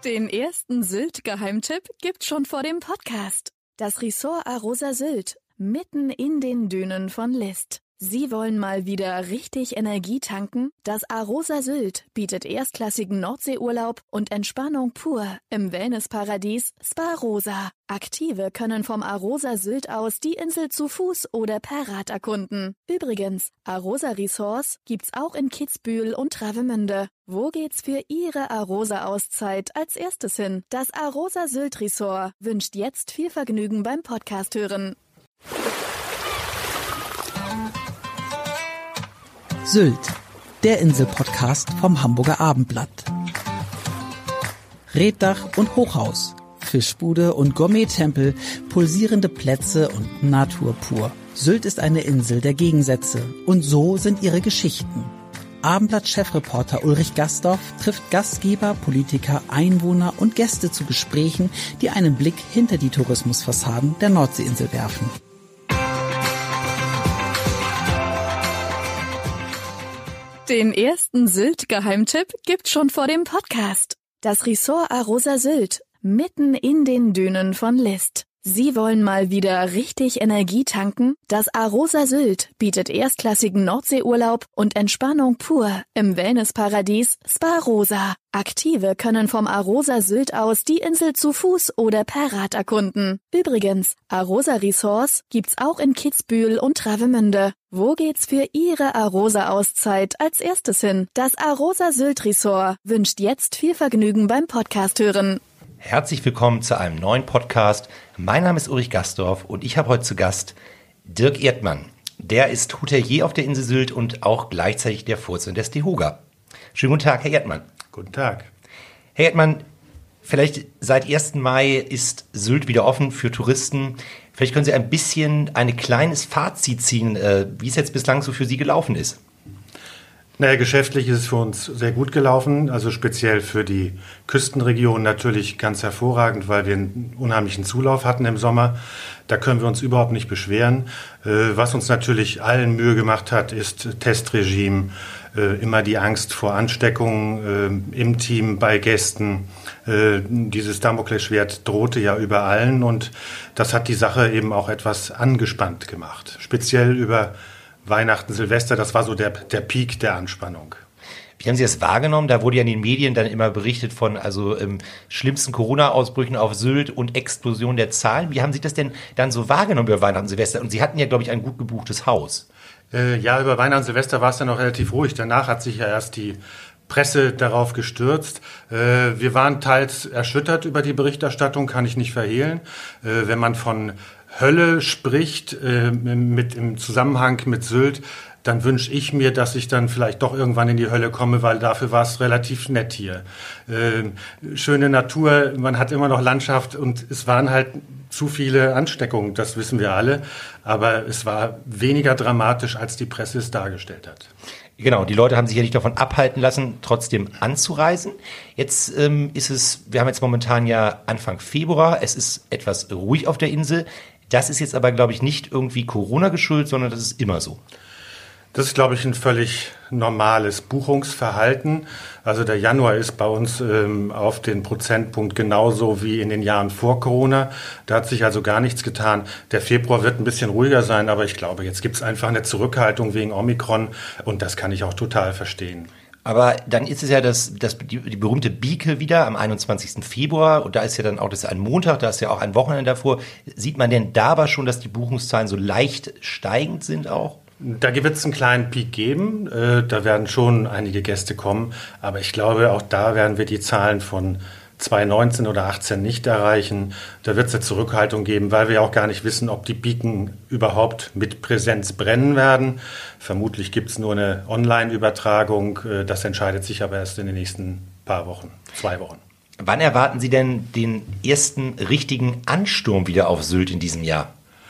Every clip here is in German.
Den ersten Sylt-Geheimtipp gibt's schon vor dem Podcast. Das Ressort Arosa Sylt, mitten in den Dünen von List. Sie wollen mal wieder richtig Energie tanken? Das Arosa Sylt bietet erstklassigen Nordseeurlaub und Entspannung pur im Wellnessparadies Spa Rosa. Aktive können vom Arosa Sylt aus die Insel zu Fuß oder per Rad erkunden. Übrigens, Arosa Resorts gibt's auch in Kitzbühel und Travemünde. Wo geht's für Ihre Arosa-Auszeit als erstes hin? Das Arosa Sylt Resort wünscht jetzt viel Vergnügen beim Podcast hören. Sylt, der Insel-Podcast vom Hamburger Abendblatt. Reetdach und Hochhaus, Fischbude und Gourmet-Tempel, pulsierende Plätze und Natur pur. Sylt ist eine Insel der Gegensätze und so sind ihre Geschichten. Abendblatt-Chefreporter Ulrich Gastorf trifft Gastgeber, Politiker, Einwohner und Gäste zu Gesprächen, die einen Blick hinter die Tourismusfassaden der Nordseeinsel werfen. Den ersten Sylt-Geheimtipp gibt's schon vor dem Podcast. Das Ressort Arosa Sylt, mitten in den Dünen von List. Sie wollen mal wieder richtig Energie tanken? Das Arosa Sylt bietet erstklassigen Nordseeurlaub und Entspannung pur im Wellnessparadies Spa Rosa. Aktive können vom Arosa Sylt aus die Insel zu Fuß oder per Rad erkunden. Übrigens, Arosa Resorts gibt's auch in Kitzbühel und Travemünde. Wo geht's für Ihre Arosa-Auszeit als erstes hin? Das Arosa Sylt Resort wünscht jetzt viel Vergnügen beim Podcast hören. Herzlich willkommen zu einem neuen Podcast. Mein Name ist Ulrich Gastorf und ich habe heute zu Gast Dirk Erdmann. Der ist Hotelier auf der Insel Sylt und auch gleichzeitig der Vorsitzende des DEHOGA. Schönen guten Tag, Herr Erdmann. Guten Tag. Herr Erdmann, vielleicht seit 1. Mai ist Sylt wieder offen für Touristen. Vielleicht können Sie ein kleines Fazit ziehen, wie es jetzt bislang so für Sie gelaufen ist. Naja, geschäftlich ist es für uns sehr gut gelaufen, also speziell für die Küstenregion natürlich ganz hervorragend, weil wir einen unheimlichen Zulauf hatten im Sommer. Da können wir uns überhaupt nicht beschweren. Was uns natürlich allen Mühe gemacht hat, ist Testregime, immer die Angst vor Ansteckungen im Team, bei Gästen. Dieses Damoklesschwert drohte ja über allen und das hat die Sache eben auch etwas angespannt gemacht. Speziell über Weihnachten, Silvester, das war so der Peak der Anspannung. Wie haben Sie das wahrgenommen? Da wurde ja in den Medien dann immer berichtet von schlimmsten Corona-Ausbrüchen auf Sylt und Explosion der Zahlen. Wie haben Sie das denn dann so wahrgenommen über Weihnachten, Silvester? Und Sie hatten ja, glaube ich, ein gut gebuchtes Haus. Ja, über Weihnachten, Silvester war es dann noch relativ ruhig. Danach hat sich ja erst die Presse darauf gestürzt. Wir waren teils erschüttert über die Berichterstattung, kann ich nicht verhehlen. Wenn man von Hölle spricht, im Zusammenhang mit Sylt, dann wünsche ich mir, dass ich dann vielleicht doch irgendwann in die Hölle komme, weil dafür war es relativ nett hier. Schöne Natur, man hat immer noch Landschaft und es waren halt zu viele Ansteckungen, das wissen wir alle. Aber es war weniger dramatisch, als die Presse es dargestellt hat. Genau, die Leute haben sich ja nicht davon abhalten lassen, trotzdem anzureisen. Jetzt wir haben jetzt momentan ja Anfang Februar, es ist etwas ruhig auf der Insel. Das ist jetzt aber, glaube ich, nicht irgendwie Corona geschuldet, sondern das ist immer so. Das ist, glaube ich, ein völlig normales Buchungsverhalten. Also der Januar ist bei uns auf den Prozentpunkt genauso wie in den Jahren vor Corona. Da hat sich also gar nichts getan. Der Februar wird ein bisschen ruhiger sein, aber ich glaube, jetzt gibt es einfach eine Zurückhaltung wegen Omikron und das kann ich auch total verstehen. Aber dann ist es ja die berühmte Bieke wieder am 21. Februar und da ist ja dann auch, das ist ein Montag, da ist ja auch ein Wochenende davor. Sieht man denn da aber schon, dass die Buchungszahlen so leicht steigend sind auch? Da wird es einen kleinen Peak geben, da werden schon einige Gäste kommen, aber ich glaube, auch da werden wir die Zahlen von 2019 oder 2018 nicht erreichen. Da wird es eine Zurückhaltung geben, weil wir auch gar nicht wissen, ob die Beacon überhaupt mit Präsenz brennen werden. Vermutlich gibt es nur eine Online-Übertragung. Das entscheidet sich aber erst in den nächsten 2 Wochen. Wann erwarten Sie denn den ersten richtigen Ansturm wieder auf Sylt in diesem Jahr?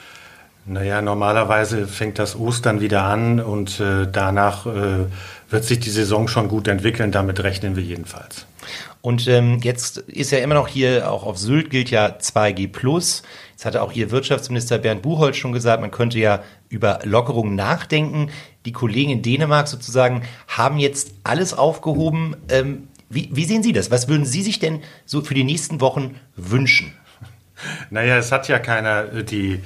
Naja, normalerweise fängt das Ostern wieder an und danach wird sich die Saison schon gut entwickeln. Damit rechnen wir jedenfalls. Und jetzt ist ja immer noch hier, auch auf Sylt gilt ja 2G+. Jetzt hatte auch Ihr Wirtschaftsminister Bernd Buchholz schon gesagt, man könnte ja über Lockerungen nachdenken. Die Kollegen in Dänemark sozusagen haben jetzt alles aufgehoben. Wie sehen Sie das? Was würden Sie sich denn so für die nächsten Wochen wünschen? Naja, es hat ja keiner die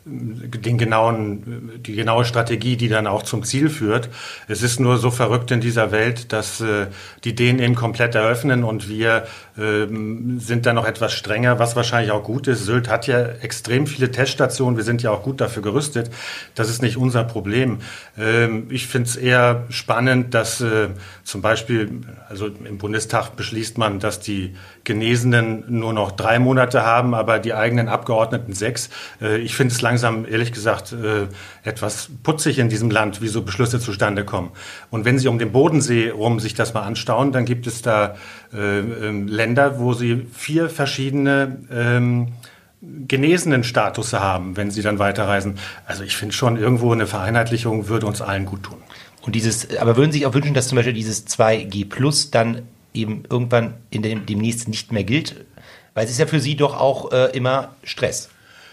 genaue Strategie, die dann auch zum Ziel führt. Es ist nur so verrückt in dieser Welt, dass die Dänen komplett eröffnen und wir sind da noch etwas strenger, was wahrscheinlich auch gut ist. Sylt hat ja extrem viele Teststationen. Wir sind ja auch gut dafür gerüstet. Das ist nicht unser Problem. Ich finde es eher spannend, dass zum Beispiel, also im Bundestag beschließt man, dass die Genesenen nur noch 3 Monate haben, aber die eigenen Abgeordneten 6. Ich finde es langsam, ehrlich gesagt, etwas putzig in diesem Land, wie so Beschlüsse zustande kommen. Und wenn Sie um den Bodensee rum sich das mal anschauen, dann gibt es da Länder, wo Sie 4 verschiedene genesenen Status haben, wenn Sie dann weiterreisen. Also ich finde schon, irgendwo eine Vereinheitlichung würde uns allen gut tun. Und aber würden Sie sich auch wünschen, dass zum Beispiel dieses 2G+ dann eben irgendwann demnächst nicht mehr gilt? Weil es ist ja für Sie doch auch immer Stress.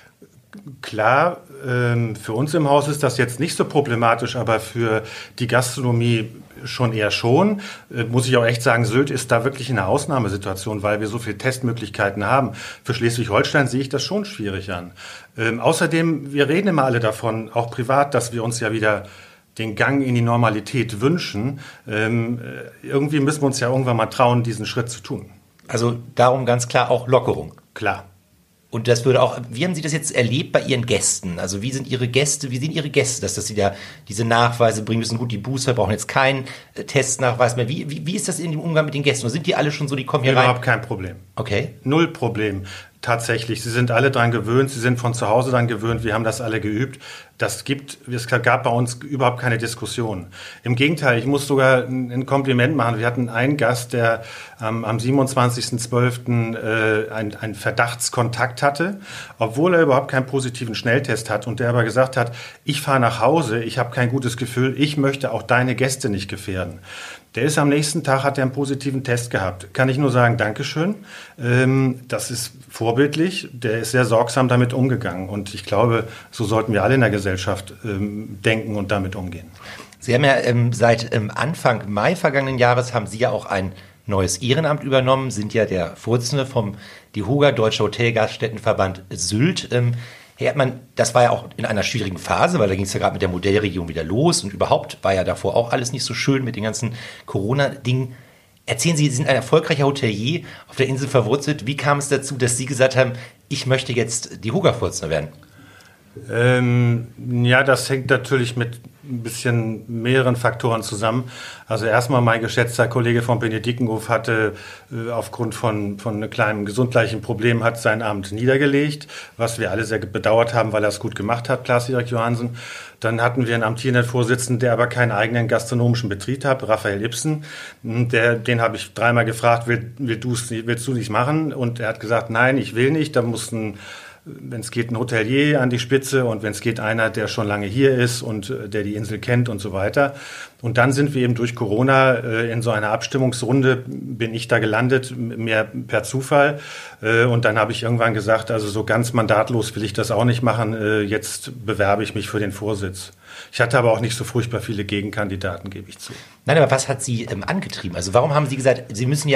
Klar, für uns im Haus ist das jetzt nicht so problematisch, aber für die Gastronomie schon. Muss ich auch echt sagen, Sylt ist da wirklich in einer Ausnahmesituation, weil wir so viele Testmöglichkeiten haben. Für Schleswig-Holstein sehe ich das schon schwierig an. Außerdem, wir reden immer alle davon, auch privat, dass wir uns ja wieder den Gang in die Normalität wünschen. Irgendwie müssen wir uns ja irgendwann mal trauen, diesen Schritt zu tun. Also darum ganz klar auch Lockerung. Klar. Und das würde auch, wie haben Sie das jetzt erlebt bei Ihren Gästen? Also wie sind Ihre Gäste, dass Sie da diese Nachweise bringen müssen? Gut, die Booster brauchen jetzt keinen Testnachweis mehr. Wie ist das in dem Umgang mit den Gästen? Oder sind die alle schon so, die kommen hier rein? Überhaupt kein Problem. Okay. 0 Problem. Tatsächlich, sie sind alle dran gewöhnt, sie sind von zu Hause dran gewöhnt, wir haben das alle geübt. Es gab bei uns überhaupt keine Diskussion. Im Gegenteil, ich muss sogar ein Kompliment machen. Wir hatten einen Gast, der am 27.12. einen Verdachtskontakt hatte, obwohl er überhaupt keinen positiven Schnelltest hat und der aber gesagt hat, ich fahre nach Hause, ich habe kein gutes Gefühl, ich möchte auch deine Gäste nicht gefährden. Der ist am nächsten Tag, hat er einen positiven Test gehabt. Kann ich nur sagen, Dankeschön. Das ist vorbildlich. Der ist sehr sorgsam damit umgegangen. Und ich glaube, so sollten wir alle in der Gesellschaft denken und damit umgehen. Sie haben ja seit Anfang Mai vergangenen Jahres haben Sie ja auch ein neues Ehrenamt übernommen, sind ja der Vorsitzende vom DEHOGA, Deutscher Hotelgaststättenverband Sylt. Herr Erdmann, das war ja auch in einer schwierigen Phase, weil da ging es ja gerade mit der Modellregion wieder los und überhaupt war ja davor auch alles nicht so schön mit den ganzen Corona-Dingen. Erzählen Sie, Sie sind ein erfolgreicher Hotelier auf der Insel verwurzelt. Wie kam es dazu, dass Sie gesagt haben, ich möchte jetzt DEHOGA-Vorsitzender werden? Ja, das hängt natürlich mit ein bisschen mehreren Faktoren zusammen. Also erstmal mein geschätzter Kollege von Benedickenhof hatte aufgrund von einem kleinen gesundheitlichen Problem hat sein Amt niedergelegt, was wir alle sehr bedauert haben, weil er es gut gemacht hat, Klaas-Dietrich Johansen. Dann hatten wir einen amtierenden Vorsitzenden, der aber keinen eigenen gastronomischen Betrieb hat, Raphael Ibsen. Den habe ich 3-mal gefragt, willst du nicht machen? Und er hat gesagt, nein, ich will nicht. Da mussten wenn es geht, ein Hotelier an die Spitze und wenn es geht, einer, der schon lange hier ist und der die Insel kennt und so weiter. Und dann sind wir eben durch Corona in so einer Abstimmungsrunde, bin ich da gelandet, mehr per Zufall. Und dann habe ich irgendwann gesagt, also so ganz mandatlos will ich das auch nicht machen. Jetzt bewerbe ich mich für den Vorsitz. Ich hatte aber auch nicht so furchtbar viele Gegenkandidaten, gebe ich zu. Nein, aber was hat Sie angetrieben? Also warum haben Sie gesagt, das ist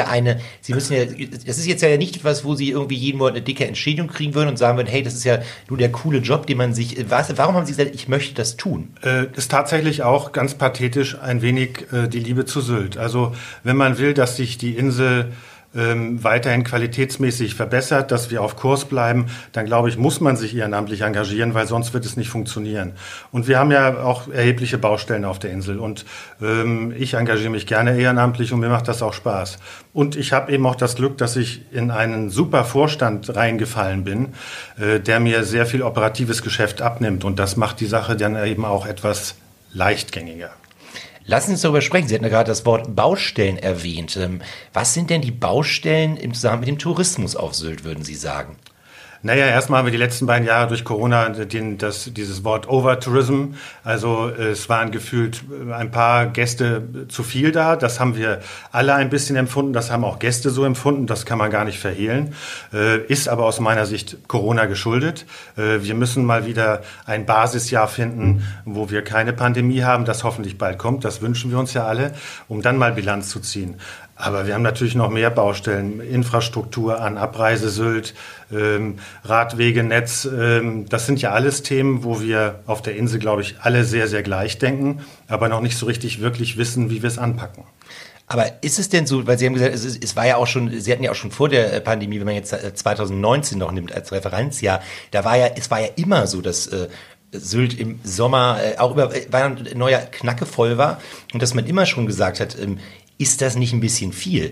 jetzt ja nicht etwas, wo Sie irgendwie jeden Monat eine dicke Entschädigung kriegen würden und sagen würden, hey, das ist ja nur der coole Job, den man sich, warum haben Sie gesagt, ich möchte das tun? Ist tatsächlich auch ganz pathetisch ein wenig die Liebe zu Sylt. Also wenn man will, dass sich die Insel weiterhin qualitätsmäßig verbessert, dass wir auf Kurs bleiben, dann glaube ich, muss man sich ehrenamtlich engagieren, weil sonst wird es nicht funktionieren. Und wir haben ja auch erhebliche Baustellen auf der Insel und ich engagiere mich gerne ehrenamtlich und mir macht das auch Spaß. Und ich habe eben auch das Glück, dass ich in einen super Vorstand reingefallen bin, der mir sehr viel operatives Geschäft abnimmt und das macht die Sache dann eben auch etwas leichtgängiger. Lassen Sie uns darüber sprechen. Sie hatten ja gerade das Wort Baustellen erwähnt. Was sind denn die Baustellen im Zusammenhang mit dem Tourismus auf Sylt, würden Sie sagen? Naja, erstmal haben wir die letzten beiden Jahre durch Corona dieses Wort Overtourism, also es waren gefühlt ein paar Gäste zu viel da, das haben wir alle ein bisschen empfunden, das haben auch Gäste so empfunden, das kann man gar nicht verhehlen, ist aber aus meiner Sicht Corona geschuldet. Wir müssen mal wieder ein Basisjahr finden, wo wir keine Pandemie haben, das hoffentlich bald kommt, das wünschen wir uns ja alle, um dann mal Bilanz zu ziehen. Aber wir haben natürlich noch mehr Baustellen, Infrastruktur an Abreise Sylt, Radwegenetz. Das sind ja alles Themen, wo wir auf der Insel, glaube ich, alle sehr, sehr gleich denken, aber noch nicht so richtig wirklich wissen, wie wir es anpacken. Aber ist es denn so, weil Sie haben gesagt, es war ja auch schon, Sie hatten ja auch schon vor der Pandemie, wenn man jetzt 2019 noch nimmt als Referenzjahr, es war ja immer so, dass Sylt im Sommer war ein neuer Knacke voll war und dass man immer schon gesagt hat, ist das nicht ein bisschen viel?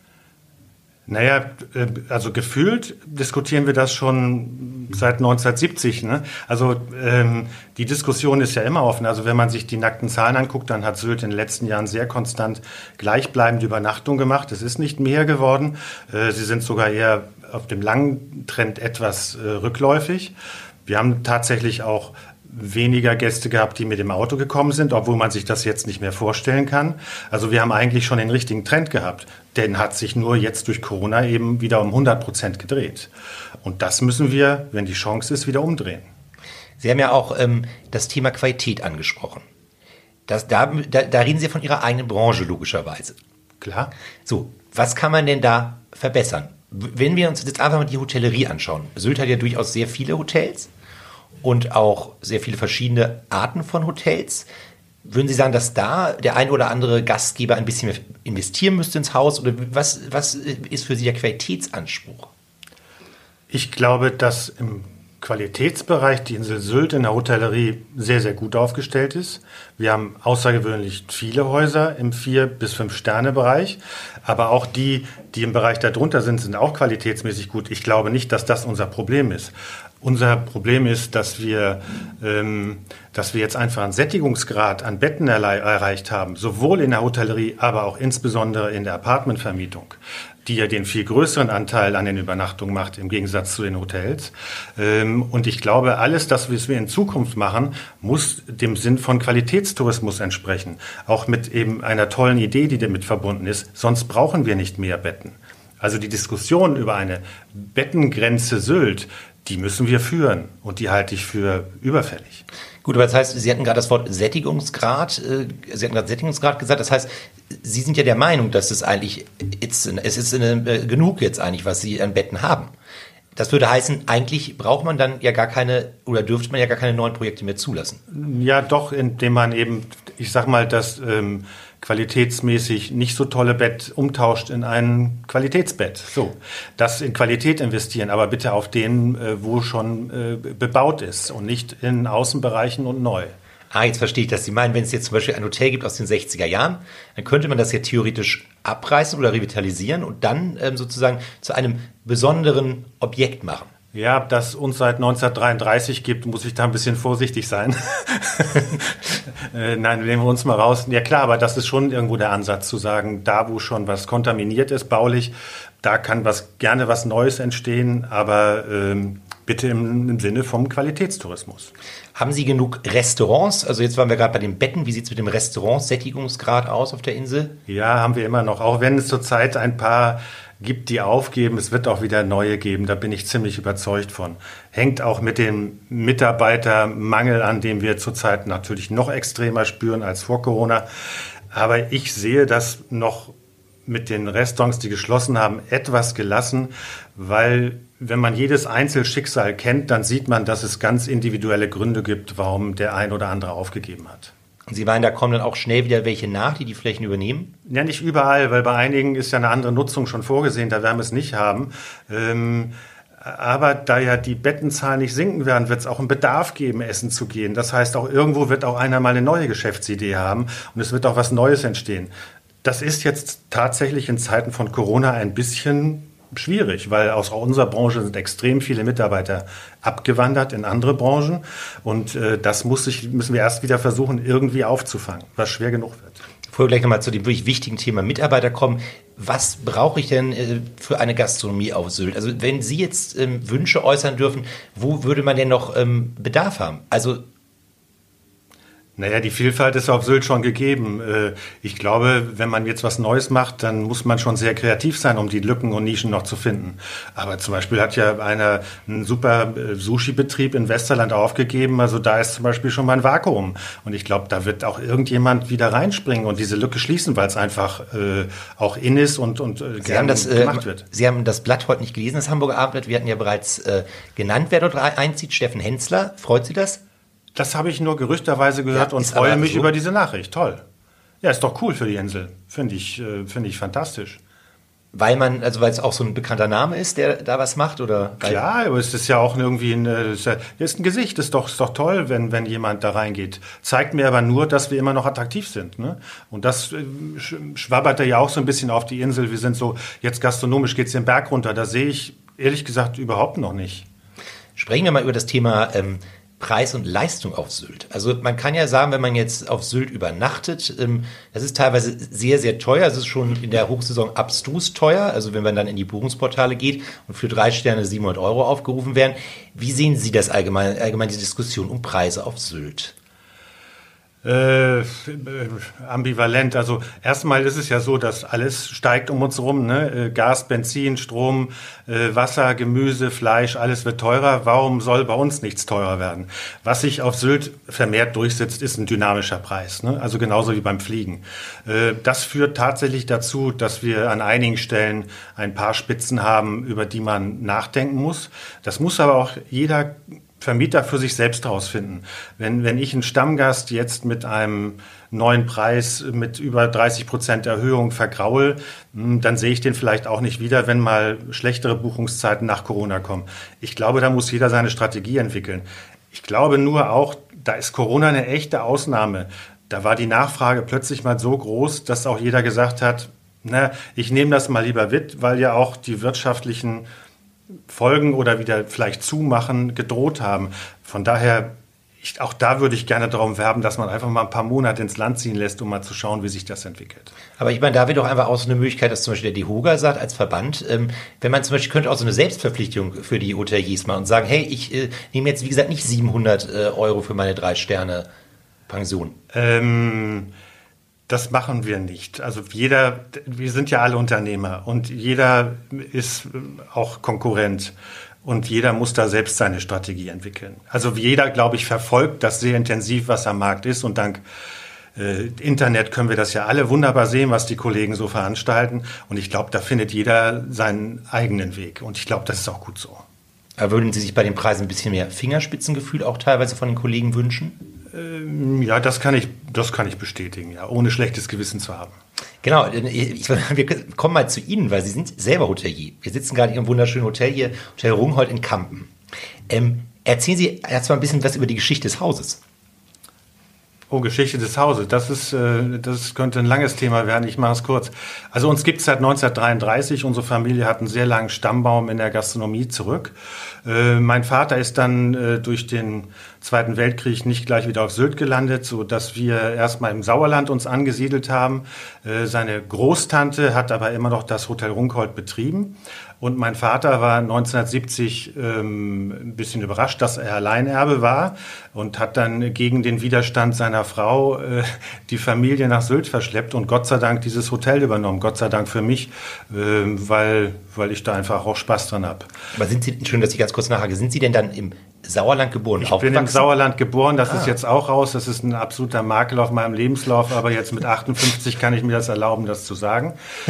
Naja, also gefühlt diskutieren wir das schon seit 1970. Ne? Also die Diskussion ist ja immer offen. Also wenn man sich die nackten Zahlen anguckt, dann hat Sylt in den letzten Jahren sehr konstant gleichbleibende Übernachtung gemacht. Es ist nicht mehr geworden. Sie sind sogar eher auf dem langen Trend etwas rückläufig. Wir haben tatsächlich auch weniger Gäste gehabt, die mit dem Auto gekommen sind, obwohl man sich das jetzt nicht mehr vorstellen kann. Also wir haben eigentlich schon den richtigen Trend gehabt. Den hat sich nur jetzt durch Corona eben wieder um 100% gedreht. Und das müssen wir, wenn die Chance ist, wieder umdrehen. Sie haben ja auch das Thema Qualität angesprochen. Da reden Sie von Ihrer eigenen Branche, logischerweise. Klar. So, was kann man denn da verbessern? Wenn wir uns jetzt einfach mal die Hotellerie anschauen. Sylt hat ja durchaus sehr viele Hotels und auch sehr viele verschiedene Arten von Hotels. Würden Sie sagen, dass da der ein oder andere Gastgeber ein bisschen mehr investieren müsste ins Haus? Oder was ist für Sie der Qualitätsanspruch? Ich glaube, dass im Qualitätsbereich die Insel Sylt in der Hotellerie sehr, sehr gut aufgestellt ist. Wir haben außergewöhnlich viele Häuser im 4- bis 5-Sterne-Bereich. Aber auch die im Bereich darunter sind auch qualitätsmäßig gut. Ich glaube nicht, dass das unser Problem ist. Unser Problem ist, dass wir jetzt einfach einen Sättigungsgrad an Betten erreicht haben, sowohl in der Hotellerie, aber auch insbesondere in der Apartmentvermietung, die ja den viel größeren Anteil an den Übernachtungen macht, im Gegensatz zu den Hotels. Und ich glaube, alles, das, was wir in Zukunft machen, muss dem Sinn von Qualitätstourismus entsprechen. Auch mit eben einer tollen Idee, die damit verbunden ist. Sonst brauchen wir nicht mehr Betten. Also die Diskussion über eine Bettengrenze Sylt, die müssen wir führen und die halte ich für überfällig. Gut, aber das heißt, Sie hatten gerade das Wort Sättigungsgrad, gesagt. Das heißt, Sie sind ja der Meinung, dass es eigentlich, genug jetzt eigentlich, was Sie an Betten haben. Das würde heißen, eigentlich braucht man dann ja gar keine, oder dürfte man ja gar keine neuen Projekte mehr zulassen. Ja, doch, indem man eben, ich sag mal, das qualitätsmäßig nicht so tolle Bett umtauscht in ein Qualitätsbett. So, das in Qualität investieren, aber bitte auf denen, wo schon bebaut ist und nicht in Außenbereichen und neu. Jetzt verstehe ich das. Sie meinen, wenn es jetzt zum Beispiel ein Hotel gibt aus den 60er Jahren, dann könnte man das ja theoretisch abreißen oder revitalisieren und dann sozusagen zu einem besonderen Objekt machen. Ja, das uns seit 1933 gibt, muss ich da ein bisschen vorsichtig sein. Nein, nehmen wir uns mal raus. Ja klar, aber das ist schon irgendwo der Ansatz zu sagen, da wo schon was kontaminiert ist baulich, da kann gerne was Neues entstehen, aber bitte im Sinne vom Qualitätstourismus. Haben Sie genug Restaurants? Also jetzt waren wir gerade bei den Betten. Wie sieht es mit dem Restaurantsättigungsgrad aus auf der Insel? Ja, haben wir immer noch. Auch wenn es zurzeit ein paar gibt, die aufgeben. Es wird auch wieder neue geben. Da bin ich ziemlich überzeugt von. Hängt auch mit dem Mitarbeitermangel an, den wir zurzeit natürlich noch extremer spüren als vor Corona. Aber ich sehe das noch mit den Restaurants, die geschlossen haben, etwas gelassen, weil wenn man jedes Einzelschicksal kennt, dann sieht man, dass es ganz individuelle Gründe gibt, warum der ein oder andere aufgegeben hat. Und Sie meinen, da kommen dann auch schnell wieder welche nach, die Flächen übernehmen? Ja, nicht überall, weil bei einigen ist ja eine andere Nutzung schon vorgesehen, da werden wir es nicht haben. Aber da ja die Bettenzahlen nicht sinken werden, wird es auch einen Bedarf geben, essen zu gehen. Das heißt, auch irgendwo wird auch einer mal eine neue Geschäftsidee haben und es wird auch was Neues entstehen. Das ist jetzt tatsächlich in Zeiten von Corona ein bisschen schwierig, weil aus unserer Branche sind extrem viele Mitarbeiter abgewandert in andere Branchen und das müssen wir erst wieder versuchen, irgendwie aufzufangen, was schwer genug wird. Bevor wir gleich nochmal zu dem wirklich wichtigen Thema Mitarbeiter kommen, was brauche ich denn für eine Gastronomie auf Sylt? Also wenn Sie jetzt Wünsche äußern dürfen, wo würde man denn noch Bedarf haben? Also Naja, die Vielfalt ist auf Sylt schon gegeben. Ich glaube, wenn man jetzt was Neues macht, dann muss man schon sehr kreativ sein, um die Lücken und Nischen noch zu finden. Aber zum Beispiel hat ja einer einen super Sushi-Betrieb in Westerland aufgegeben. Also da ist zum Beispiel schon mal ein Vakuum. Und ich glaube, da wird auch irgendjemand wieder reinspringen und diese Lücke schließen, weil es einfach auch in ist und gerne gemacht wird. Sie haben das Blatt heute nicht gelesen, das Hamburger Abendblatt. Wir hatten ja bereits genannt, wer dort einzieht. Steffen Hensler. Freut Sie das? Das habe ich nur gerüchterweise gehört und freue mich über diese Nachricht. Toll. Ja, ist doch cool für die Insel. Finde ich fantastisch. Weil es auch so ein bekannter Name ist, der da was macht? Oder? Klar, aber es ist ja auch irgendwie ist ein Gesicht. Ist doch toll, wenn jemand da reingeht. Zeigt mir aber nur, dass wir immer noch attraktiv sind. Ne? Und das schwabbert ja auch so ein bisschen auf die Insel. Wir sind so, jetzt gastronomisch geht es den Berg runter. Da sehe ich ehrlich gesagt überhaupt noch nicht. Sprechen wir mal über das Thema Preis und Leistung auf Sylt. Also man kann ja sagen, wenn man jetzt auf Sylt übernachtet, das ist teilweise sehr, sehr teuer. Es ist schon in der Hochsaison abstrus teuer. Also wenn man dann in die Buchungsportale geht und für 3 Sterne 700 € aufgerufen werden. Wie sehen Sie das allgemein die Diskussion um Preise auf Sylt? Ambivalent. Also erstmal ist es ja so, dass alles steigt um uns rum. Ne? Gas, Benzin, Strom, Wasser, Gemüse, Fleisch, alles wird teurer. Warum soll bei uns nichts teurer werden? Was sich auf Sylt vermehrt durchsetzt, ist ein dynamischer Preis. Ne? Also genauso wie beim Fliegen. Das führt tatsächlich dazu, dass wir an einigen Stellen ein paar Spitzen haben, über die man nachdenken muss. Das muss aber auch jeder Vermieter für sich selbst herausfinden. Wenn ich einen Stammgast jetzt mit einem neuen Preis mit über 30% Erhöhung vergraul, dann sehe ich den vielleicht auch nicht wieder, wenn mal schlechtere Buchungszeiten nach Corona kommen. Ich glaube, da muss jeder seine Strategie entwickeln. Ich glaube nur auch, da ist Corona eine echte Ausnahme. Da war die Nachfrage plötzlich mal so groß, dass auch jeder gesagt hat, ich nehme das mal lieber mit, weil ja auch die wirtschaftlichen Folgen oder wieder vielleicht zumachen gedroht haben. Von daher, auch da würde ich gerne darum werben, dass man einfach mal ein paar Monate ins Land ziehen lässt, um mal zu schauen, wie sich das entwickelt. Aber ich meine, da wäre doch einfach auch so eine Möglichkeit, dass zum Beispiel der DEHOGA sagt als Verband, wenn man zum Beispiel könnte auch so eine Selbstverpflichtung für die Hoteliers machen und sagen, hey, ich nehme jetzt, wie gesagt, nicht 700 € für meine 3-Sterne-Pension. Das machen wir nicht. Also wir sind ja alle Unternehmer und jeder ist auch Konkurrent und jeder muss da selbst seine Strategie entwickeln. Also jeder, glaube ich, verfolgt das sehr intensiv, was am Markt ist und dank Internet können wir das ja alle wunderbar sehen, was die Kollegen so veranstalten und ich glaube, da findet jeder seinen eigenen Weg und ich glaube, das ist auch gut so. Aber würden Sie sich bei den Preisen ein bisschen mehr Fingerspitzengefühl auch teilweise von den Kollegen wünschen? Ja, das kann ich bestätigen, ja, ohne schlechtes Gewissen zu haben. Genau, wir kommen mal zu Ihnen, weil Sie sind selber Hotelier. Wir sitzen gerade in Ihrem wunderschönen Hotel hier, Hotel Rungholt in Kampen. Erzählen Sie erst mal ein bisschen was über die Geschichte des Hauses. Oh, Geschichte des Hauses, das könnte ein langes Thema werden, ich mache es kurz. Also uns gibt es seit 1933, unsere Familie hat einen sehr langen Stammbaum in der Gastronomie zurück. Mein Vater ist dann durch den Zweiten Weltkrieg nicht gleich wieder auf Sylt gelandet, so dass wir erstmal im Sauerland uns angesiedelt haben. Seine Großtante hat aber immer noch das Hotel Rungholt betrieben. Und mein Vater war 1970 ein bisschen überrascht, dass er Alleinerbe war und hat dann gegen den Widerstand seiner Frau die Familie nach Sylt verschleppt und Gott sei Dank dieses Hotel übernommen. Gott sei Dank für mich, weil ich da einfach auch Spaß dran habe. Aber schön, dass ich ganz kurz nachhake, sind Sie denn dann im Sauerland geboren? Ich bin im Sauerland geboren, das ist jetzt auch raus, das ist ein absoluter Makel auf meinem Lebenslauf, aber jetzt mit 58 kann ich mir das erlauben, das zu sagen.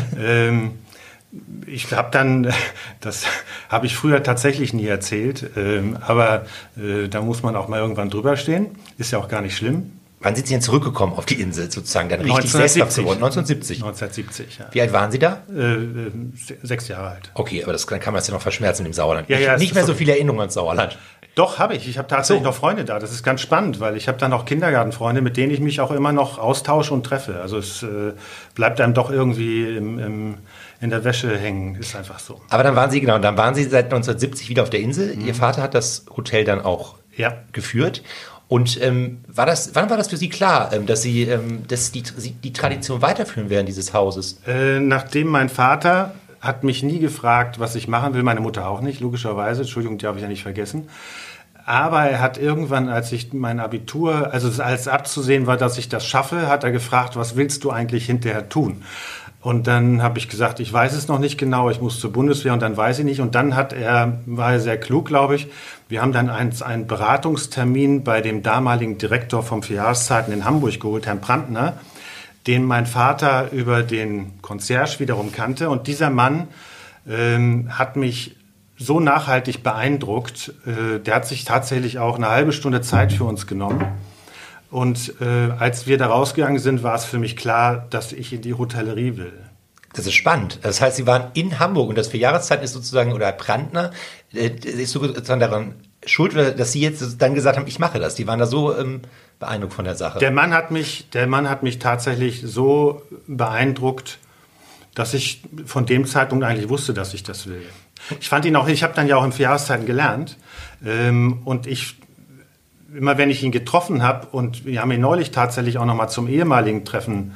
Ich habe dann, das habe ich früher tatsächlich nie erzählt, aber da muss man auch mal irgendwann drüber stehen, ist ja auch gar nicht schlimm. Wann sind Sie denn zurückgekommen auf die Insel sozusagen, dann richtig sesshaft geworden? 1970? 1970, ja. Wie alt waren Sie da? 6 Jahre alt. Okay, aber dann kann man das ja noch verschmerzen mit dem Sauerland. Ja, nicht mehr so viele Erinnerungen ans Sauerland. Doch, habe ich. Ich habe tatsächlich noch Freunde da. Das ist ganz spannend, weil ich habe da noch Kindergartenfreunde, mit denen ich mich auch immer noch austausche und treffe. Also es bleibt einem doch irgendwie in der Wäsche hängen, ist einfach so. Aber dann waren Sie seit 1970 wieder auf der Insel. Ihr Vater hat das Hotel dann auch geführt. Und wann war das für Sie klar, dass Sie die Tradition weiterführen werden dieses Hauses? Nachdem mein Vater hat mich nie gefragt, was ich machen will, meine Mutter auch nicht, logischerweise, Entschuldigung, die habe ich ja nicht vergessen. Aber er hat irgendwann, als ich mein Abitur, also als abzusehen war, dass ich das schaffe, hat er gefragt, was willst du eigentlich hinterher tun? Und dann habe ich gesagt, ich weiß es noch nicht genau, ich muss zur Bundeswehr und dann weiß ich nicht. Und dann war er sehr klug, glaube ich. Wir haben dann einen Beratungstermin bei dem damaligen Direktor vom 4 Jahreszeiten in Hamburg geholt, Herrn Brandner, den mein Vater über den Concierge wiederum kannte. Und dieser Mann hat mich so nachhaltig beeindruckt. Der hat sich tatsächlich auch eine halbe Stunde Zeit für uns genommen. Und als wir da rausgegangen sind, war es für mich klar, dass ich in die Hotellerie will. Das ist spannend. Das heißt, Sie waren in Hamburg und das 4 Jahreszeiten ist sozusagen, oder Brandner, ist sozusagen daran schuld, oder dass Sie jetzt dann gesagt haben, ich mache das. Die waren da so beeindruckt von der Sache. Der Mann hat mich tatsächlich so beeindruckt, dass ich von dem Zeitpunkt eigentlich wusste, dass ich das will. Ich fand ihn auch, ich habe dann ja auch im 4 Jahreszeiten gelernt und immer wenn ich ihn getroffen habe, und wir haben ihn neulich tatsächlich auch noch mal zum ehemaligen Treffen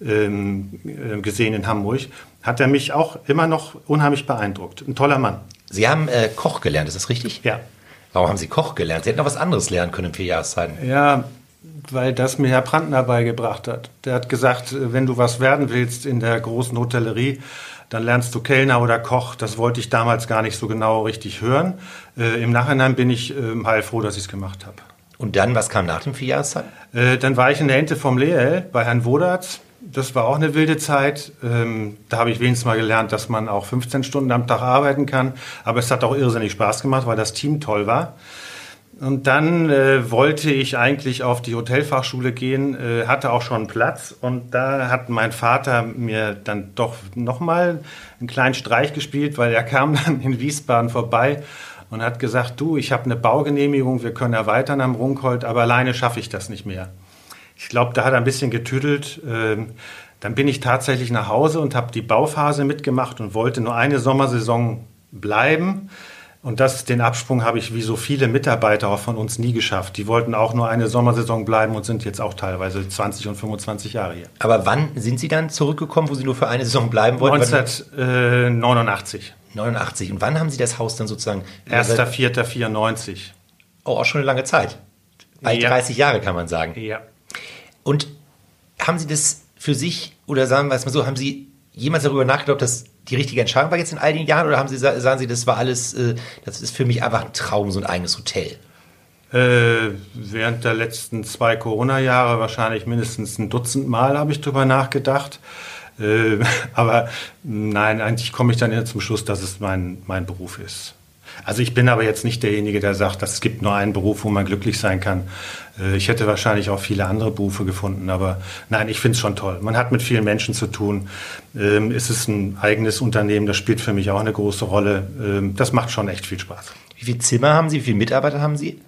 gesehen in Hamburg, hat er mich auch immer noch unheimlich beeindruckt. Ein toller Mann. Sie haben Koch gelernt, ist das richtig? Ja. Warum haben Sie Koch gelernt? Sie hätten noch was anderes lernen können in 4 Jahreszeiten. Ja, weil das mir Herr Brandner beigebracht hat. Der hat gesagt, wenn du was werden willst in der großen Hotellerie, dann lernst du Kellner oder Koch. Das wollte ich damals gar nicht so genau richtig hören. Im Nachhinein bin ich heilfroh, dass ich es gemacht habe. Und dann, was kam nach dem 4 Jahreszeiten? Dann war ich in der Ente vom Leel bei Herrn Wodarz. Das war auch eine wilde Zeit. Da habe ich wenigstens mal gelernt, dass man auch 15 Stunden am Tag arbeiten kann. Aber es hat auch irrsinnig Spaß gemacht, weil das Team toll war. Und dann wollte ich eigentlich auf die Hotelfachschule gehen, hatte auch schon Platz. Und da hat mein Vater mir dann doch nochmal einen kleinen Streich gespielt, weil er kam dann in Wiesbaden vorbei und hat gesagt, du, ich habe eine Baugenehmigung, wir können erweitern am Runkholt, aber alleine schaffe ich das nicht mehr. Ich glaube, da hat er ein bisschen getüdelt. Dann bin ich tatsächlich nach Hause und habe die Bauphase mitgemacht und wollte nur eine Sommersaison bleiben. Und den Absprung habe ich wie so viele Mitarbeiter auch von uns nie geschafft. Die wollten auch nur eine Sommersaison bleiben und sind jetzt auch teilweise 20 und 25 Jahre hier. Aber wann sind Sie dann zurückgekommen, wo Sie nur für eine Saison bleiben wollten? 1989. 89. Und wann haben Sie das Haus dann sozusagen? 1.4.94. Oh, auch schon eine lange Zeit. Bald 30 Jahre kann man sagen. Ja. Und haben Sie das für sich, oder sagen wir es mal so, haben Sie jemals darüber nachgedacht, dass die richtige Entscheidung war jetzt in all den Jahren, oder sagen Sie, das war alles, das ist für mich einfach ein Traum, so ein eigenes Hotel? Während der letzten 2 Corona-Jahre wahrscheinlich mindestens ein Dutzend Mal habe ich drüber nachgedacht. Aber nein, eigentlich komme ich dann eher zum Schluss, dass es mein Beruf ist. Also ich bin aber jetzt nicht derjenige, der sagt, dass es gibt nur einen Beruf, wo man glücklich sein kann. Ich hätte wahrscheinlich auch viele andere Berufe gefunden, aber nein, ich finde es schon toll. Man hat mit vielen Menschen zu tun. Es ist ein eigenes Unternehmen, das spielt für mich auch eine große Rolle. Das macht schon echt viel Spaß. Wie viele Zimmer haben Sie? Wie viele Mitarbeiter haben Sie?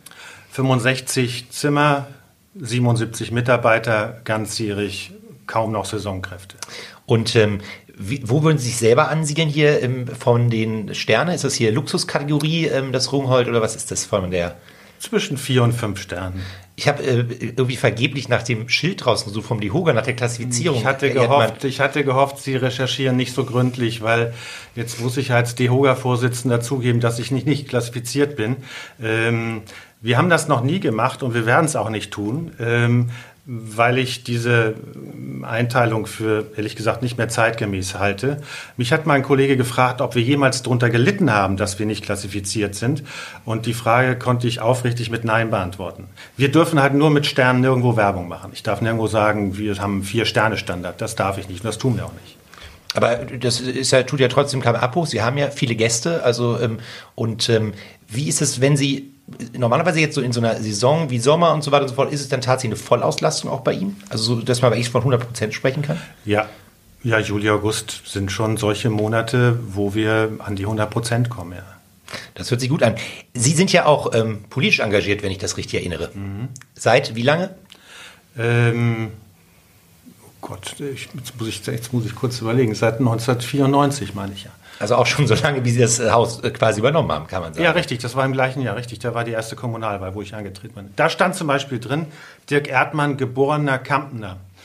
65 Zimmer, 77 Mitarbeiter, ganzjährig, kaum noch Saisonkräfte. Und wo würden Sie sich selber ansiedeln hier von den Sternen? Ist das hier Luxuskategorie, das Rungholt, oder was ist das von der? Zwischen 4 und 5 Sternen. Ich habe irgendwie vergeblich nach dem Schild draußen gesucht vom DEHOGA, nach der Klassifizierung. Ich hatte gehofft, Sie recherchieren nicht so gründlich, weil jetzt muss ich als DEHOGA-Vorsitzender zugeben, dass ich nicht klassifiziert bin. Wir haben das noch nie gemacht und wir werden es auch nicht tun, weil ich diese Einteilung für, ehrlich gesagt, nicht mehr zeitgemäß halte. Mich hat mein Kollege gefragt, ob wir jemals darunter gelitten haben, dass wir nicht klassifiziert sind. Und die Frage konnte ich aufrichtig mit Nein beantworten. Wir dürfen halt nur mit Sternen nirgendwo Werbung machen. Ich darf nirgendwo sagen, wir haben 4-Sterne-Standard. Das darf ich nicht und das tun wir auch nicht. Aber das ist ja, tut ja trotzdem keinen Abbruch. Sie haben ja viele Gäste. Also, wie ist es, wenn Sie normalerweise jetzt so in so einer Saison wie Sommer und so weiter und so fort, ist es dann tatsächlich eine Vollauslastung auch bei Ihnen? Also, so, dass man wirklich von 100% sprechen kann? Ja, Juli, August sind schon solche Monate, wo wir an die 100% kommen, ja. Das hört sich gut an. Sie sind ja auch politisch engagiert, wenn ich das richtig erinnere. Mhm. Seit wie lange? Oh Gott, jetzt muss ich kurz überlegen. Seit 1994, meine ich ja. Also auch schon so lange, wie Sie das Haus quasi übernommen haben, kann man sagen. Ja, richtig, das war im gleichen Jahr, richtig. Da war die erste Kommunalwahl, wo ich angetreten bin. Da stand zum Beispiel drin, Dirk Erdmann, geborener Kampener.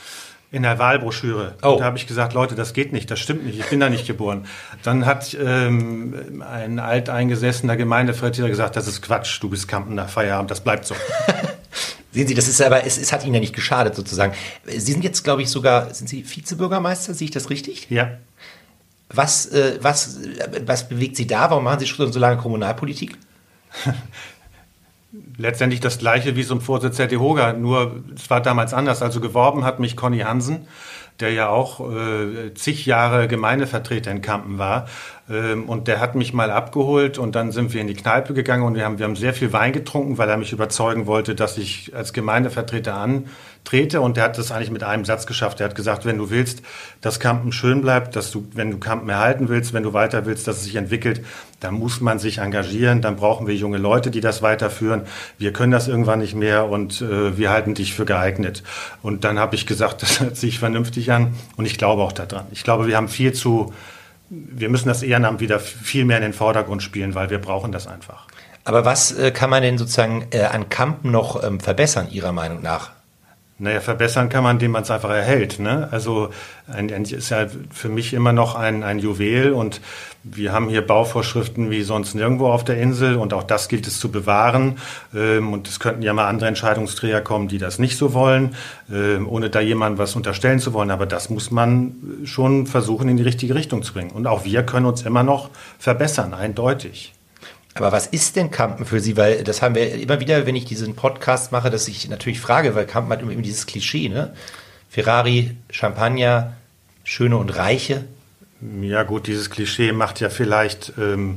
In der Wahlbroschüre. Oh. Da habe ich gesagt, Leute, das geht nicht, das stimmt nicht, ich bin da nicht geboren. Dann hat ein alteingesessener Gemeindevertreter gesagt, das ist Quatsch, du bist Kampener, Feierabend, das bleibt so. Sehen Sie, das ist aber, es hat Ihnen ja nicht geschadet sozusagen. Sie sind jetzt, glaube ich, sind Sie Vizebürgermeister, sehe ich das richtig? Ja. Was bewegt Sie da? Warum machen Sie schon so lange Kommunalpolitik? Letztendlich das Gleiche wie so ein Vorsitz der DEHOGA, nur es war damals anders. Also geworben hat mich Conny Hansen, der ja auch zig Jahre Gemeindevertreter in Kampen war. Und der hat mich mal abgeholt und dann sind wir in die Kneipe gegangen und wir haben sehr viel Wein getrunken, weil er mich überzeugen wollte, dass ich als Gemeindevertreter antrete. Und der hat das eigentlich mit einem Satz geschafft. Er hat gesagt, wenn du willst, dass Kampen schön bleibt, wenn du Kampen erhalten willst, wenn du weiter willst, dass es sich entwickelt, dann muss man sich engagieren. Dann brauchen wir junge Leute, die das weiterführen. Wir können das irgendwann nicht mehr und wir halten dich für geeignet. Und dann habe ich gesagt, das hört sich vernünftig an und ich glaube auch daran. Ich glaube, wir müssen das Ehrenamt wieder viel mehr in den Vordergrund spielen, weil wir brauchen das einfach. Aber was kann man denn sozusagen an Kampen noch verbessern, Ihrer Meinung nach? Naja, verbessern kann man, indem man es einfach erhält. Ne? Also ist ja für mich immer noch ein Juwel und wir haben hier Bauvorschriften wie sonst nirgendwo auf der Insel und auch das gilt es zu bewahren. Und es könnten ja mal andere Entscheidungsträger kommen, die das nicht so wollen, ohne da jemandem was unterstellen zu wollen. Aber das muss man schon versuchen, in die richtige Richtung zu bringen. Und auch wir können uns immer noch verbessern, eindeutig. Aber was ist denn Kampen für Sie? Weil das haben wir immer wieder, wenn ich diesen Podcast mache, dass ich natürlich frage, weil Kampen hat immer dieses Klischee, ne? Ferrari, Champagner, Schöne und Reiche. Ja gut, dieses Klischee macht ja vielleicht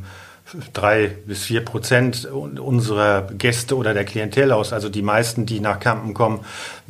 3-4% unserer Gäste oder der Klientel aus. Also die meisten, die nach Kampen kommen,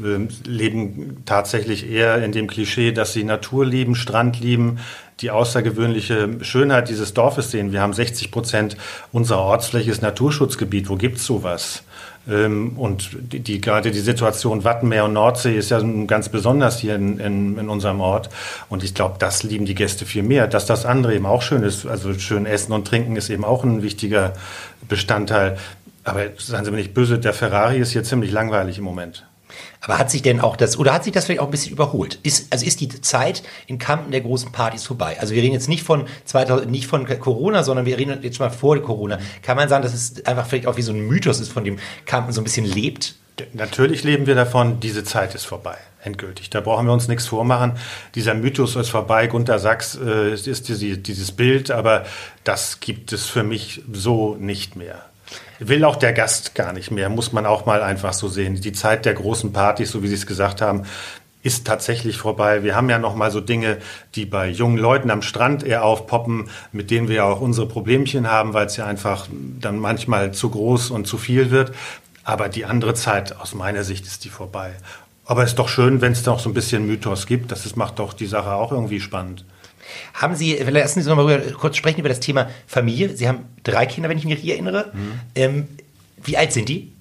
leben tatsächlich eher in dem Klischee, dass sie Natur lieben, Strand lieben, die außergewöhnliche Schönheit dieses Dorfes sehen. Wir haben 60% unserer Ortsfläche ist Naturschutzgebiet. Wo gibt's sowas? Und gerade die Situation Wattenmeer und Nordsee ist ja ganz besonders hier in unserem Ort. Und ich glaube, das lieben die Gäste viel mehr. Dass das andere eben auch schön ist, also schön essen und trinken ist eben auch ein wichtiger Bestandteil. Aber seien Sie mir nicht böse, der Ferrari ist hier ziemlich langweilig im Moment. Aber hat sich denn auch hat sich das vielleicht auch ein bisschen überholt? Ist die Zeit in Kampen der großen Partys vorbei? Also wir reden jetzt nicht von Corona, sondern wir reden jetzt mal vor Corona. Kann man sagen, dass es einfach vielleicht auch wie so ein Mythos ist, von dem Kampen so ein bisschen lebt? Natürlich leben wir davon, diese Zeit ist vorbei, endgültig. Da brauchen wir uns nichts vormachen. Dieser Mythos ist vorbei, Gunter Sachs ist dieses Bild, aber das gibt es für mich so nicht mehr. Will auch der Gast gar nicht mehr, muss man auch mal einfach so sehen. Die Zeit der großen Partys, so wie Sie es gesagt haben, ist tatsächlich vorbei. Wir haben ja noch mal so Dinge, die bei jungen Leuten am Strand eher aufpoppen, mit denen wir ja auch unsere Problemchen haben, weil es ja einfach dann manchmal zu groß und zu viel wird. Aber die andere Zeit, aus meiner Sicht, ist die vorbei. Aber es ist doch schön, wenn es noch so ein bisschen Mythos gibt. Das macht doch die Sache auch irgendwie spannend. Lassen Sie uns noch mal kurz sprechen über das Thema Familie. Sie haben 3 Kinder, wenn ich mich richtig erinnere. Wie alt sind die?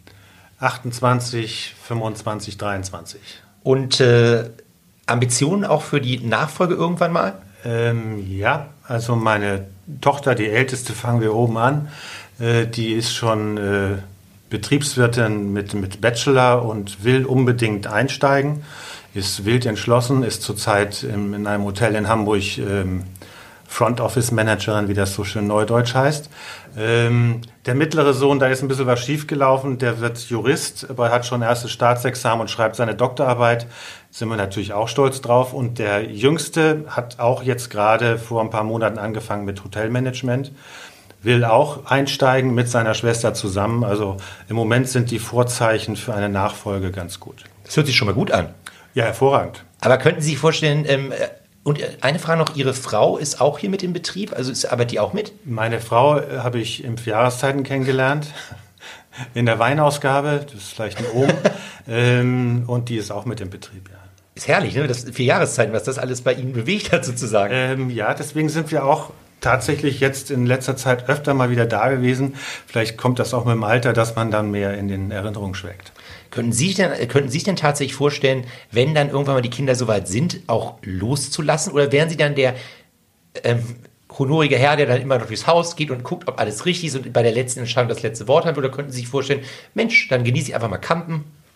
28, 25, 23. Und Ambitionen auch für die Nachfolge irgendwann mal? Ja, also meine Tochter, die älteste, fangen wir oben an. Die ist schon Betriebswirtin mit Bachelor und will unbedingt einsteigen. Ist wild entschlossen, ist zurzeit in einem Hotel in Hamburg Front Office Managerin, wie das so schön neudeutsch heißt. Der mittlere Sohn, da ist ein bisschen was schiefgelaufen, der wird Jurist, aber hat schon erstes Staatsexamen und schreibt seine Doktorarbeit. Sind wir natürlich auch stolz drauf. Und der Jüngste hat auch jetzt gerade vor ein paar Monaten angefangen mit Hotelmanagement, will auch einsteigen mit seiner Schwester zusammen. Also im Moment sind die Vorzeichen für eine Nachfolge ganz gut. Das hört sich schon mal gut an. Ja, hervorragend. Aber könnten Sie sich vorstellen, und eine Frage noch, Ihre Frau ist auch hier mit im Betrieb? Also arbeitet die auch mit? Meine Frau habe ich im 4 Jahreszeiten kennengelernt, in der Weinausgabe, das ist vielleicht ein Ohm, und die ist auch mit im Betrieb, ja. Ist herrlich, ne? Das 4 Jahreszeiten, was das alles bei Ihnen bewegt hat sozusagen. Ja, deswegen sind wir auch tatsächlich jetzt in letzter Zeit öfter mal wieder da gewesen. Vielleicht kommt das auch mit dem Alter, dass man dann mehr in den Erinnerungen schwelgt. Könnten Sie sich denn tatsächlich vorstellen, wenn dann irgendwann mal die Kinder soweit sind, auch loszulassen? Oder wären Sie dann der honorige Herr, der dann immer noch durchs Haus geht und guckt, ob alles richtig ist und bei der letzten Entscheidung das letzte Wort hat? Oder könnten Sie sich vorstellen, Mensch, dann genieße ich einfach mal Kampen?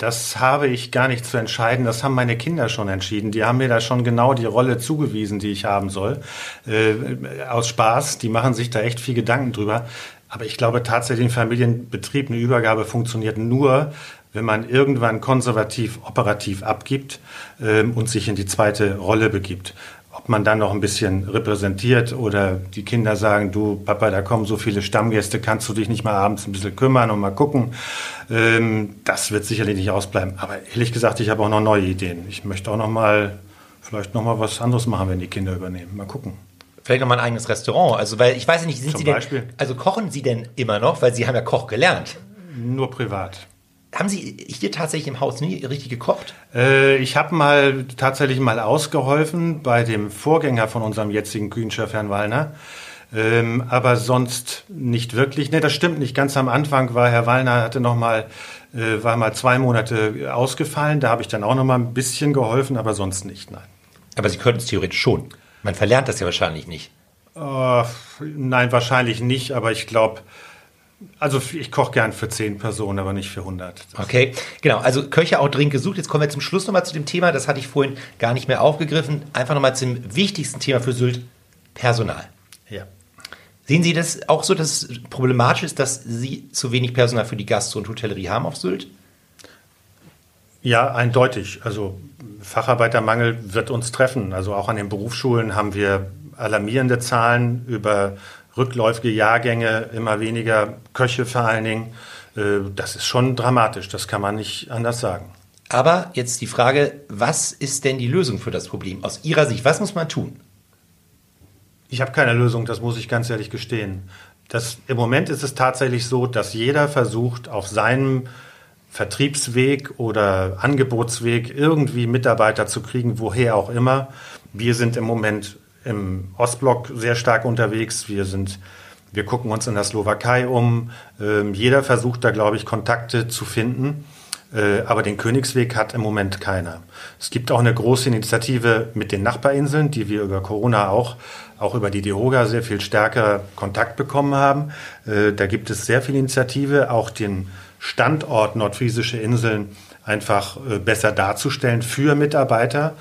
Das habe ich gar nicht zu entscheiden. Das haben meine Kinder schon entschieden. Die haben mir da schon genau die Rolle zugewiesen, die ich haben soll. Aus Spaß. Die machen sich da echt viel Gedanken drüber. Aber ich glaube tatsächlich, im Familienbetrieb eine Übergabe funktioniert nur, wenn man irgendwann konservativ, operativ abgibt und sich in die zweite Rolle begibt. Ob man dann noch ein bisschen repräsentiert oder die Kinder sagen, du Papa, da kommen so viele Stammgäste, kannst du dich nicht mal abends ein bisschen kümmern und mal gucken. Das wird sicherlich nicht ausbleiben. Aber ehrlich gesagt, ich habe auch noch neue Ideen. Ich möchte auch vielleicht noch mal was anderes machen, wenn die Kinder übernehmen. Mal gucken. Vielleicht noch mal ein eigenes Restaurant. Also, weil ich weiß ja nicht, kochen Sie denn immer noch? Weil Sie haben ja Koch gelernt. Nur privat. Haben Sie hier tatsächlich im Haus nie richtig gekocht? Ich habe tatsächlich mal ausgeholfen bei dem Vorgänger von unserem jetzigen Küchenchef, Herrn Wallner. Aber sonst nicht wirklich. Ne, das stimmt nicht. Ganz am Anfang war Herr Wallner, war mal 2 Monate ausgefallen. Da habe ich dann auch noch mal ein bisschen geholfen, aber sonst nicht, nein. Aber Sie könnten es theoretisch schon. Man verlernt das ja wahrscheinlich nicht. Nein, wahrscheinlich nicht, aber ich glaube, ich koche gern für 10 Personen, aber nicht für 100. Okay, genau. Also Köche auch dringend gesucht. Jetzt kommen wir zum Schluss nochmal zu dem Thema. Das hatte ich vorhin gar nicht mehr aufgegriffen. Einfach nochmal zum wichtigsten Thema für Sylt: Personal. Ja. Sehen Sie das auch so, dass es problematisch ist, dass Sie zu wenig Personal für die Gastro- und Hotellerie haben auf Sylt? Ja, eindeutig. Also Facharbeitermangel wird uns treffen. Also auch an den Berufsschulen haben wir alarmierende Zahlen über rückläufige Jahrgänge, immer weniger Köche vor allen Dingen. Das ist schon dramatisch, das kann man nicht anders sagen. Aber jetzt die Frage, was ist denn die Lösung für das Problem? Aus Ihrer Sicht, was muss man tun? Ich habe keine Lösung, das muss ich ganz ehrlich gestehen. Im Moment ist es tatsächlich so, dass jeder versucht, auf seinem Vertriebsweg oder Angebotsweg irgendwie Mitarbeiter zu kriegen, woher auch immer. Wir sind im Moment im Ostblock sehr stark unterwegs. Wir gucken uns in der Slowakei um. Jeder versucht da, glaube ich, Kontakte zu finden. Aber den Königsweg hat im Moment keiner. Es gibt auch eine große Initiative mit den Nachbarinseln, die wir über Corona auch über die DEHOGA sehr viel stärker Kontakt bekommen haben. Da gibt es sehr viel Initiative, auch den Standort Nordfriesische Inseln einfach besser darzustellen für Mitarbeiter.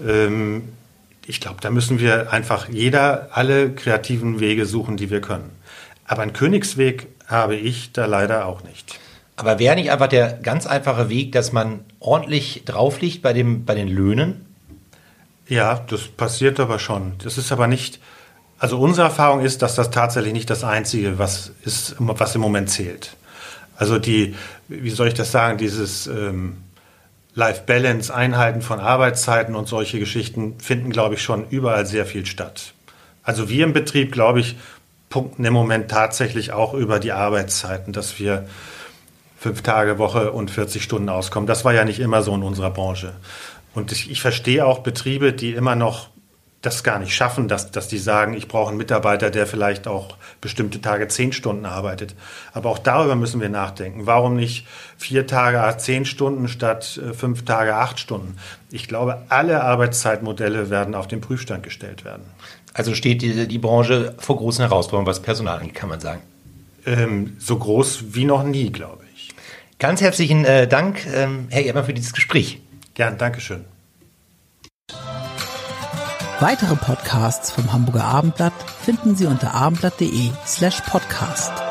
Ich glaube, da müssen wir einfach alle kreativen Wege suchen, die wir können. Aber einen Königsweg habe ich da leider auch nicht. Aber wäre nicht einfach der ganz einfache Weg, dass man ordentlich drauf liegt bei den Löhnen? Ja, das passiert aber schon. Das ist aber nicht, also unsere Erfahrung ist, dass das tatsächlich nicht das Einzige was im Moment zählt. Also wie soll ich das sagen, dieses Life-Balance, Einhalten von Arbeitszeiten und solche Geschichten finden, glaube ich, schon überall sehr viel statt. Also wir im Betrieb, glaube ich, punkten im Moment tatsächlich auch über die Arbeitszeiten, dass wir 5 Tage Woche und 40 Stunden auskommen. Das war ja nicht immer so in unserer Branche. Und ich verstehe auch Betriebe, die immer noch das gar nicht schaffen, dass die sagen, ich brauche einen Mitarbeiter, der vielleicht auch bestimmte Tage 10 Stunden arbeitet. Aber auch darüber müssen wir nachdenken. Warum nicht 4 Tage 10 Stunden statt 5 Tage 8 Stunden? Ich glaube, alle Arbeitszeitmodelle werden auf den Prüfstand gestellt werden. Also steht die Branche vor großen Herausforderungen, was Personal angeht, kann man sagen. So groß wie noch nie, glaube ich. Ganz herzlichen Dank, Herr Erdmann, für dieses Gespräch. Gern, Dankeschön. Weitere Podcasts vom Hamburger Abendblatt finden Sie unter abendblatt.de/podcast.